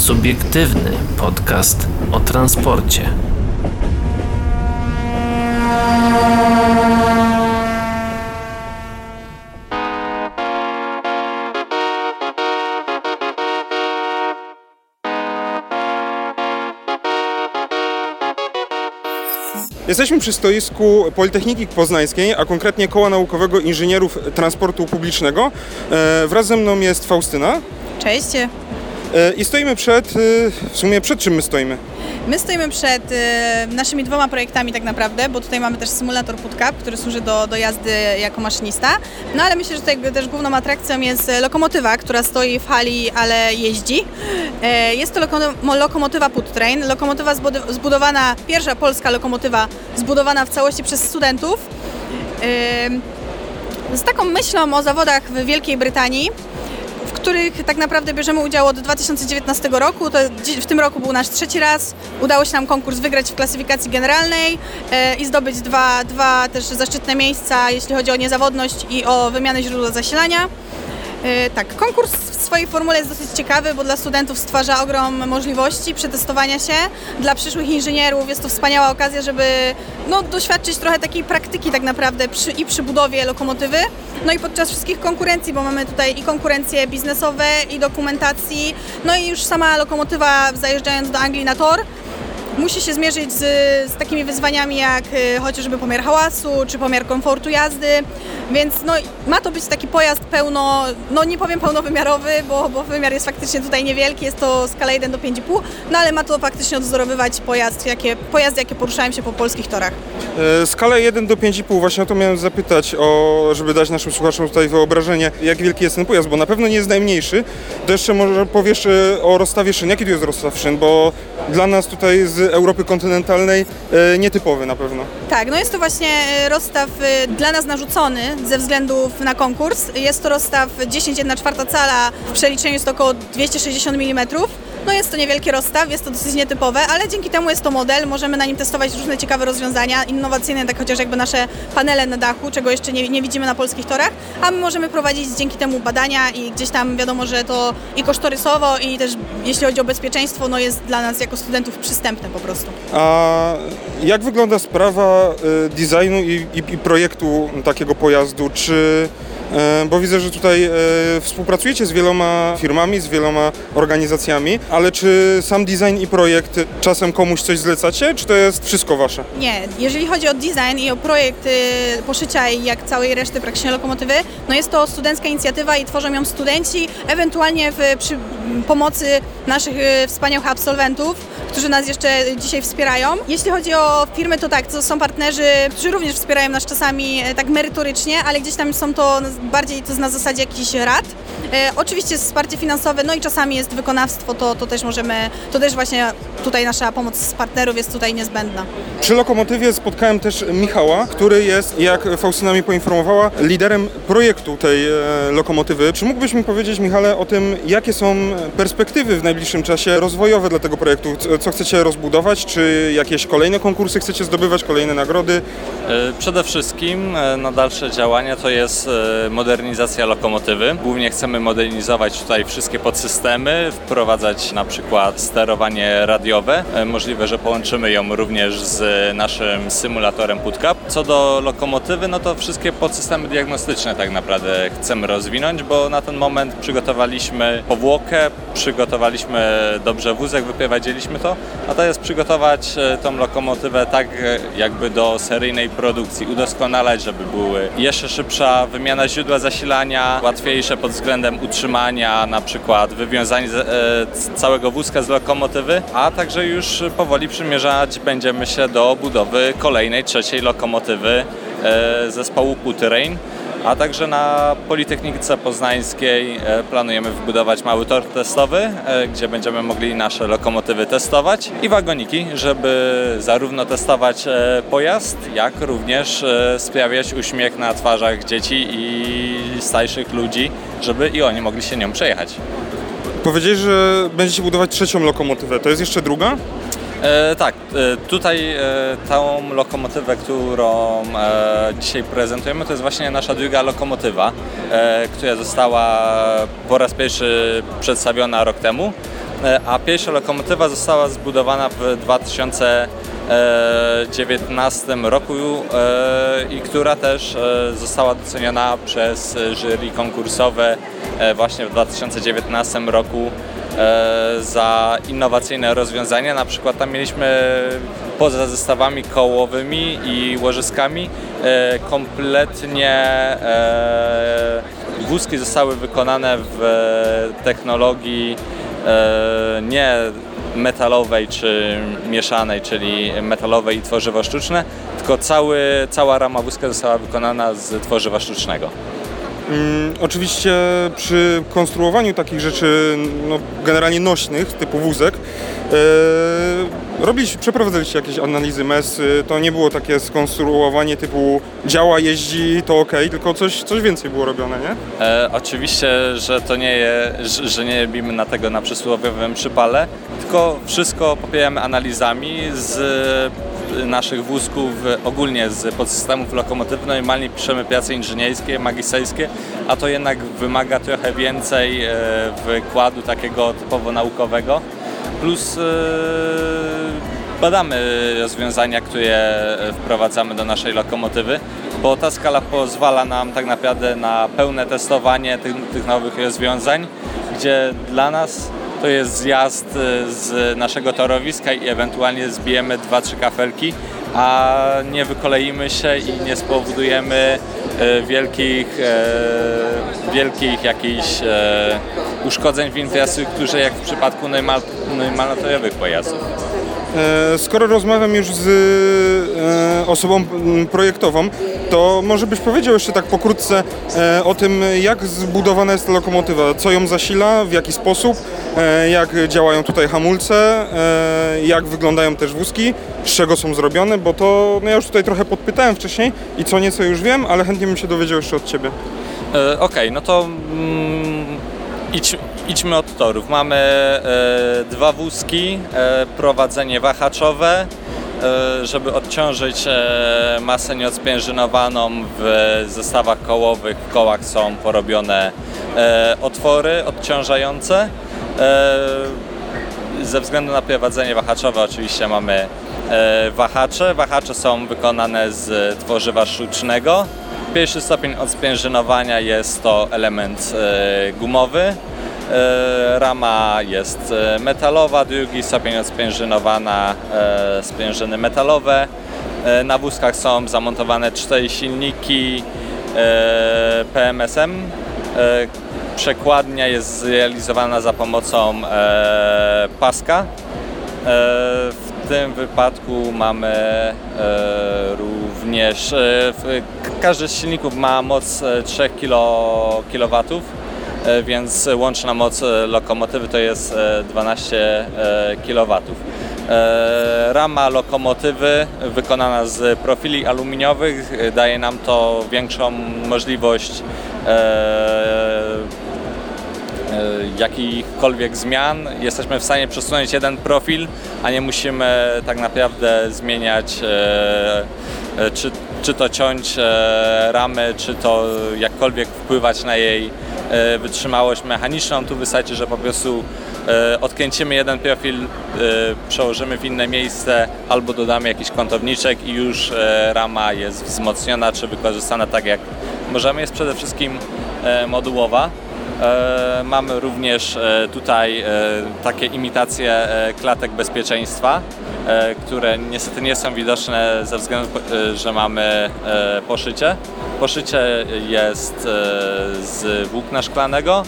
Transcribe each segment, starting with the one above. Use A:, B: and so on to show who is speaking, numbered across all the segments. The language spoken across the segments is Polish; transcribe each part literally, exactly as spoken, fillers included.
A: Subiektywny podcast o transporcie.
B: Jesteśmy przy stoisku Politechniki Poznańskiej, a konkretnie Koła Naukowego Inżynierów Transportu Publicznego. Wraz ze mną jest Faustyna.
C: Cześć.
B: I stoimy przed, w sumie przed czym my stoimy?
C: My stoimy przed naszymi dwoma projektami tak naprawdę, bo tutaj mamy też symulator PutCap, który służy do, do jazdy jako maszynista. No ale myślę, że tutaj jakby też główną atrakcją jest lokomotywa, która stoi w hali, ale jeździ. Jest to loko- lokomotywa PutTrain. Lokomotywa zbudowana, pierwsza polska lokomotywa zbudowana w całości przez studentów. Z taką myślą o zawodach w Wielkiej Brytanii, w których tak naprawdę bierzemy udział od dwa tysiące dziewiętnastego roku. To w tym roku był nasz trzeci raz. Udało się nam konkurs wygrać w klasyfikacji generalnej e, i zdobyć dwa, dwa też zaszczytne miejsca, jeśli chodzi o niezawodność i o wymianę źródła zasilania. E, tak, konkurs w swojej formule jest dosyć ciekawy, bo dla studentów stwarza ogrom możliwości przetestowania się. Dla przyszłych inżynierów jest to wspaniała okazja, żeby no, doświadczyć trochę takiej praktyki tak naprawdę przy, i przy budowie lokomotywy. No i podczas wszystkich konkurencji, bo mamy tutaj i konkurencje biznesowe, i dokumentacji, no i już sama lokomotywa, zajeżdżając do Anglii na tor, musi się zmierzyć z, z takimi wyzwaniami jak y, chociażby pomiar hałasu, czy pomiar komfortu jazdy, więc no, ma to być taki pojazd pełno, no nie powiem pełnowymiarowy, bo, bo wymiar jest faktycznie tutaj niewielki, jest to skala jeden do pięciu i pół, no ale ma to faktycznie odwzorowywać pojazd, jakie, pojazdy, jakie poruszają się po polskich torach.
B: E, skalę jeden do pięciu i pół, właśnie o to miałem zapytać, o, żeby dać naszym słuchaczom tutaj wyobrażenie, jak wielki jest ten pojazd, bo na pewno nie jest najmniejszy. To jeszcze może powiesz o rozstawie szyn, jaki tu jest rozstaw szyn, bo dla nas tutaj z Europy kontynentalnej e, nietypowy na pewno.
C: Tak, no jest to właśnie rozstaw dla nas narzucony ze względów na konkurs. Jest to rozstaw dziesięć jedna czwarta cala, w przeliczeniu jest to około dwieście sześćdziesiąt milimetrów. No jest to niewielki rozstaw, jest to dosyć nietypowe, ale dzięki temu jest to model, możemy na nim testować różne ciekawe rozwiązania, innowacyjne, tak chociaż jakby nasze panele na dachu, czego jeszcze nie, nie widzimy na polskich torach, a my możemy prowadzić dzięki temu badania i gdzieś tam wiadomo, że to i kosztorysowo, i też jeśli chodzi o bezpieczeństwo, no jest dla nas jako studentów przystępne po prostu.
B: A jak wygląda sprawa y, designu i, i, i projektu takiego pojazdu? Czy Bo widzę, że tutaj współpracujecie z wieloma firmami, z wieloma organizacjami, ale czy sam design i projekt czasem komuś coś zlecacie, czy to jest wszystko wasze?
C: Nie, jeżeli chodzi o design i o projekt poszycia i jak całej reszty praktycznie lokomotywy, no jest to studencka inicjatywa i tworzą ją studenci, ewentualnie w, przy pomocy naszych wspaniałych absolwentów, którzy nas jeszcze dzisiaj wspierają. Jeśli chodzi o firmy, to tak, to są partnerzy, którzy również wspierają nas czasami tak merytorycznie, ale gdzieś tam są to bardziej to na zasadzie jakichś rad. E, oczywiście jest wsparcie finansowe, no i czasami jest wykonawstwo, to, to też możemy, to też właśnie tutaj nasza pomoc z partnerów jest tutaj niezbędna.
B: Przy lokomotywie spotkałem też Michała, który jest, jak Faustyna mi poinformowała, liderem projektu tej e, lokomotywy. Czy mógłbyś mi powiedzieć, Michale, o tym, jakie są perspektywy w najbliższym czasie rozwojowe dla tego projektu? Co chcecie rozbudować? Czy jakieś kolejne konkursy chcecie zdobywać, kolejne nagrody?
D: Przede wszystkim na dalsze działania to jest modernizacja lokomotywy. Głównie chcemy modernizować tutaj wszystkie podsystemy, wprowadzać na przykład sterowanie radiowe. Możliwe, że połączymy ją również z naszym symulatorem PutCap. Co do lokomotywy, no to wszystkie podsystemy diagnostyczne tak naprawdę chcemy rozwinąć, bo na ten moment przygotowaliśmy powłokę, przygotowaliśmy dobrze wózek, wyprowadziliśmy to, a to jest przygotować tą lokomotywę tak jakby do seryjnej produkcji, udoskonalać, żeby były jeszcze szybsza wymiana źródła zasilania, łatwiejsze pod względem utrzymania, na przykład wywiązanie z, e, całego wózka z lokomotywy, a także już powoli przymierzać będziemy się do budowy kolejnej, trzeciej lokomotywy e, zespołu PutTrain. A także na Politechnice Poznańskiej planujemy wbudować mały tor testowy, gdzie będziemy mogli nasze lokomotywy testować i wagoniki, żeby zarówno testować pojazd, jak również sprawiać uśmiech na twarzach dzieci i starszych ludzi, żeby i oni mogli się nią przejechać.
B: Powiedziałeś, że będziecie budować trzecią lokomotywę. To jest jeszcze druga?
D: E, tak, e, tutaj e, tą lokomotywę, którą e, dzisiaj prezentujemy, to jest właśnie nasza druga lokomotywa, e, która została po raz pierwszy przedstawiona rok temu. a pierwsza lokomotywa została zbudowana w dwa tysiące dziewiętnastym roku i która też została doceniona przez jury konkursowe właśnie w dwa tysiące dziewiętnastym roku za innowacyjne rozwiązania. Na przykład tam mieliśmy poza zestawami kołowymi i łożyskami kompletnie wózki zostały wykonane w technologii nie metalowej czy mieszanej, czyli metalowej i tworzywo sztuczne, tylko cały, cała rama wózka została wykonana z tworzywa sztucznego.
B: Hmm, oczywiście przy konstruowaniu takich rzeczy no, generalnie nośnych, typu wózek, e, robiliście, przeprowadzaliście jakieś analizy M E S, to nie było takie skonstruowanie typu działa, jeździ, to ok, tylko coś, coś więcej było robione, nie?
D: E, oczywiście, że to nie jest, że nie robimy na tego na przysłowiowym przypale, tylko wszystko popieramy analizami z naszych wózków, ogólnie z podsystemów lokomotyw. Normalnie piszemy prace inżynierskie, magisterskie, a to jednak wymaga trochę więcej wykładu takiego typowo naukowego. Plus badamy rozwiązania, które wprowadzamy do naszej lokomotywy, bo ta skala pozwala nam tak naprawdę na pełne testowanie tych, tych nowych rozwiązań, gdzie dla nas to jest zjazd z naszego torowiska i ewentualnie zbijemy dwa trzy kafelki, a nie wykoleimy się i nie spowodujemy wielkich, wielkich jakichś uszkodzeń w infrastrukturze, jak w przypadku normalnotorowych pojazdów.
B: Skoro rozmawiam już z osobą projektową, to może byś powiedział jeszcze tak pokrótce o tym, jak zbudowana jest ta lokomotywa, co ją zasila, w jaki sposób, jak działają tutaj hamulce, jak wyglądają też wózki, z czego są zrobione, bo to no ja już tutaj trochę podpytałem wcześniej i co nieco już wiem, ale chętnie bym się dowiedział jeszcze od Ciebie.
D: Okej, okay, no to mm, idź, idźmy od torów. Mamy e, dwa wózki, e, prowadzenie wahaczowe, e, żeby odciążyć e, masę nieodsprzężynowaną w zestawach kołowych. W kołach są porobione e, otwory odciążające. E, ze względu na prowadzenie wahaczowe oczywiście mamy e, wahacze. Wahacze są wykonane z tworzywa sztucznego. Pierwszy stopień odsprężynowania jest to element e, gumowy, e, rama jest metalowa, drugi stopień odsprężynowana, e, sprężyny metalowe. E, na wózkach są zamontowane cztery silniki e, P M S M. E, przekładnia jest zrealizowana za pomocą e, paska. E, w tym wypadku mamy e, również, e, każdy z silników ma moc trzy kilowatów, e, więc łączna moc lokomotywy to jest dwanaście kilowatów. E, rama lokomotywy wykonana z profili aluminiowych daje nam to większą możliwość e, jakichkolwiek zmian. Jesteśmy w stanie przesunąć jeden profil, a nie musimy tak naprawdę zmieniać e, czy, czy to ciąć e, ramy, czy to jakkolwiek wpływać na jej e, wytrzymałość mechaniczną. Tu wystarczy, że po prostu e, odkręcimy jeden profil, e, przełożymy w inne miejsce albo dodamy jakiś kątowniczek i już e, rama jest wzmocniona czy wykorzystana tak jak możemy. Jest przede wszystkim e, modułowa. E, mamy również e, tutaj e, takie imitacje e, klatek bezpieczeństwa, e, które niestety nie są widoczne ze względu, e, że mamy e, poszycie. Poszycie jest e, z włókna szklanego.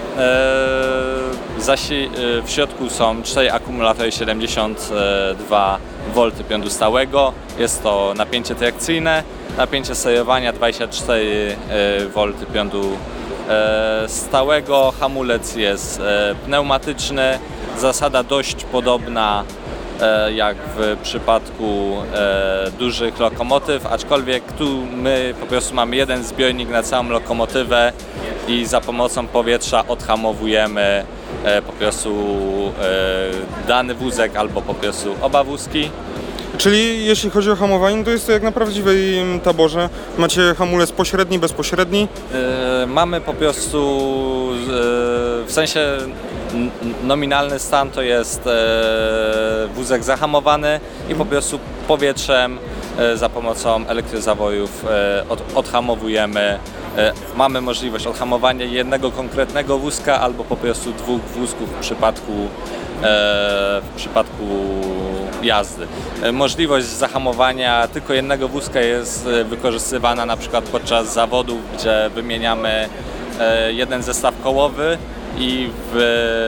D: E, zasi, e, w środku są cztery akumulatory siedemdziesiąt dwa wolty prądu stałego. Jest to napięcie trakcyjne, napięcie sterowania dwadzieścia cztery wolty prądu stałego, hamulec jest pneumatyczny, zasada dość podobna jak w przypadku dużych lokomotyw, aczkolwiek tu my po prostu mamy jeden zbiornik na całą lokomotywę i za pomocą powietrza odhamowujemy po prostu dany wózek albo po prostu oba wózki.
B: Czyli jeśli chodzi o hamowanie, to jest to jak na prawdziwej em, taborze. Macie hamulec pośredni, bezpośredni?
D: Yy, mamy po prostu, yy, w sensie n- nominalny stan to jest yy, wózek zahamowany i po prostu powietrzem yy, za pomocą elektryzawojów yy, od, odhamowujemy. Yy, mamy możliwość odhamowania jednego konkretnego wózka albo po prostu dwóch wózków w przypadku, yy, w przypadku jazdy. Możliwość zahamowania tylko jednego wózka jest wykorzystywana na przykład podczas zawodów, gdzie wymieniamy jeden zestaw kołowy i, w,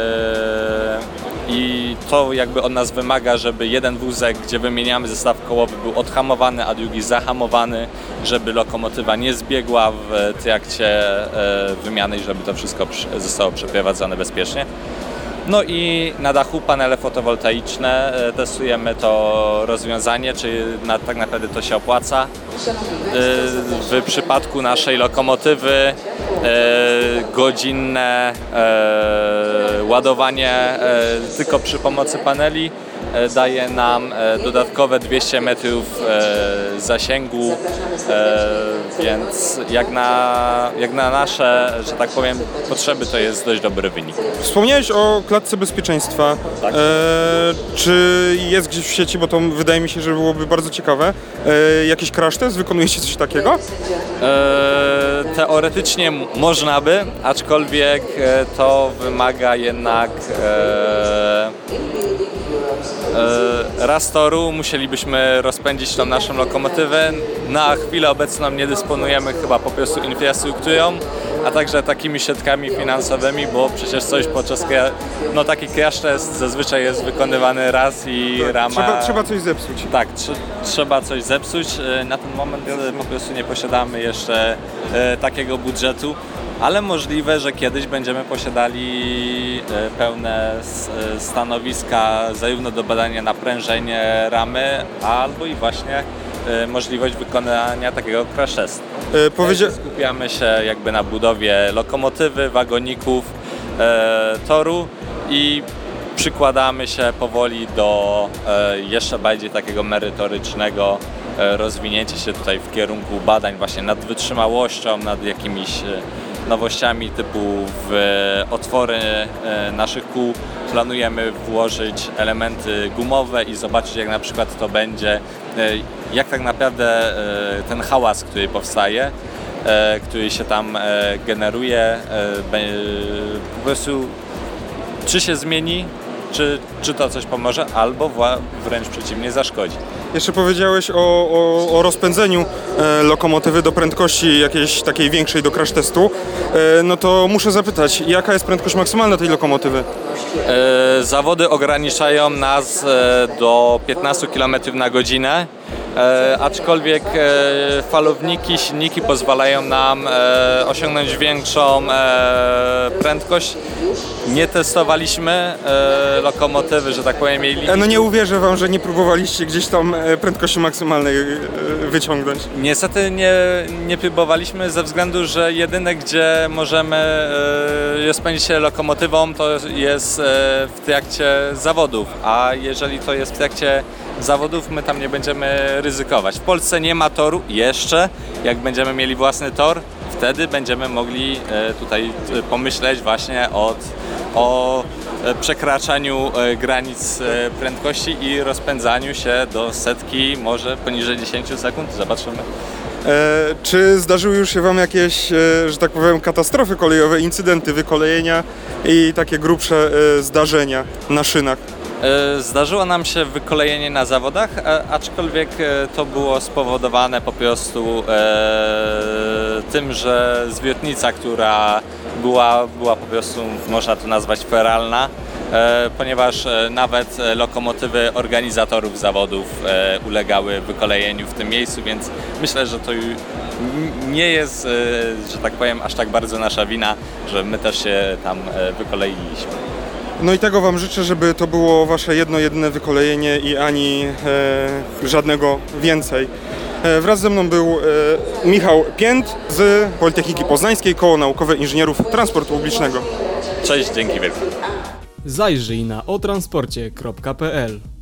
D: i to jakby od nas wymaga, żeby jeden wózek, gdzie wymieniamy zestaw kołowy, był odhamowany, a drugi zahamowany, żeby lokomotywa nie zbiegła w trakcie wymiany i żeby to wszystko zostało przeprowadzone bezpiecznie. No i na dachu panele fotowoltaiczne, testujemy to rozwiązanie, czy na, tak naprawdę to się opłaca. W przypadku naszej lokomotywy godzinne ładowanie tylko przy pomocy paneli daje nam dodatkowe dwieście metrów zasięgu, więc jak na, jak na nasze, że tak powiem, potrzeby to jest dość dobry wynik.
B: Wspomniałeś o klatce bezpieczeństwa.
D: Tak.
B: E, czy jest gdzieś w sieci, bo to wydaje mi się, że byłoby bardzo ciekawe, e, jakiś crash test? Wykonujecie coś takiego?
D: E, teoretycznie m- można by, aczkolwiek e, to wymaga jednak e, e, raz toru, musielibyśmy rozpędzić tą naszą lokomotywę. Na chwilę obecną nie dysponujemy chyba po prostu infrastrukturą, a także takimi środkami finansowymi, bo przecież coś podczas no taki crash test zazwyczaj jest wykonywany raz i rama...
B: Trzeba, trzeba coś zepsuć.
D: Tak, tr- trzeba coś zepsuć. Na ten moment po prostu nie posiadamy jeszcze e, takiego budżetu, ale możliwe, że kiedyś będziemy posiadali e, pełne s- e, stanowiska zarówno do badania naprężenia ramy, albo i właśnie e, możliwość wykonania takiego crash testu.
B: E, powiedzia-
D: Skupiamy się jakby na budowie lokomotywy, wagoników, e, toru i przykładamy się powoli do e, jeszcze bardziej takiego merytorycznego e, rozwinięcia się tutaj w kierunku badań właśnie nad wytrzymałością, nad jakimiś e, nowościami typu w e, otwory e, naszych kół. Planujemy włożyć elementy gumowe i zobaczyć, jak na przykład to będzie, e, jak tak naprawdę e, ten hałas, który powstaje, e, który się tam e, generuje, e, be, po prostu czy się zmieni, czy, czy to coś pomoże, albo wła- wręcz przeciwnie zaszkodzi.
B: Jeszcze powiedziałeś o, o, o rozpędzeniu e, lokomotywy do prędkości jakiejś takiej większej do crash testu. E, no to muszę zapytać, jaka jest prędkość maksymalna tej lokomotywy?
D: E, zawody ograniczają nas e, do piętnaście kilometrów na godzinę, e, aczkolwiek e, falowniki, silniki pozwalają nam e, osiągnąć większą e, prędkość. Nie testowaliśmy e, lokomotywy, że tak powiem, jej
B: E, no nie uwierzę wam, że nie próbowaliście gdzieś tam e, prędkości maksymalnej e, wyciągnąć.
D: Niestety nie, nie próbowaliśmy ze względu, że jedyne gdzie możemy e, rozpędzić się lokomotywą to jest e, w trakcie zawodów, a jeżeli to jest w trakcie zawodów, my tam nie będziemy ryzykować. W Polsce nie ma toru jeszcze, jak będziemy mieli własny tor, wtedy będziemy mogli e, tutaj e, pomyśleć właśnie od, o e, przekraczaniu e, granic e, prędkości i rozpędzaniu się do setki, może poniżej dziesięć sekund, zobaczymy.
B: E, czy zdarzyły już się wam jakieś, e, że tak powiem, katastrofy kolejowe, incydenty, wykolejenia i takie grubsze e, zdarzenia na szynach?
D: E, Zdarzyło nam się wykolejenie na zawodach, a- aczkolwiek e, to było spowodowane po prostu e, tym, że zbiornica, która była, była po prostu, można to nazwać, feralna, e, ponieważ e, nawet e, lokomotywy organizatorów zawodów e, ulegały wykolejeniu w tym miejscu, więc myślę, że to ju- n- nie jest, e, że tak powiem, aż tak bardzo nasza wina, że my też się tam e, wykoleiliśmy.
B: No i tego wam życzę, żeby to było wasze jedno, jedyne wykolejenie i ani e, żadnego więcej. E, wraz ze mną był e, Michał Pięt z Politechniki Poznańskiej, Koło Naukowe Inżynierów Transportu Publicznego.
D: Cześć, dzięki wielkie.
E: Zajrzyj na o transporcie kropka p l.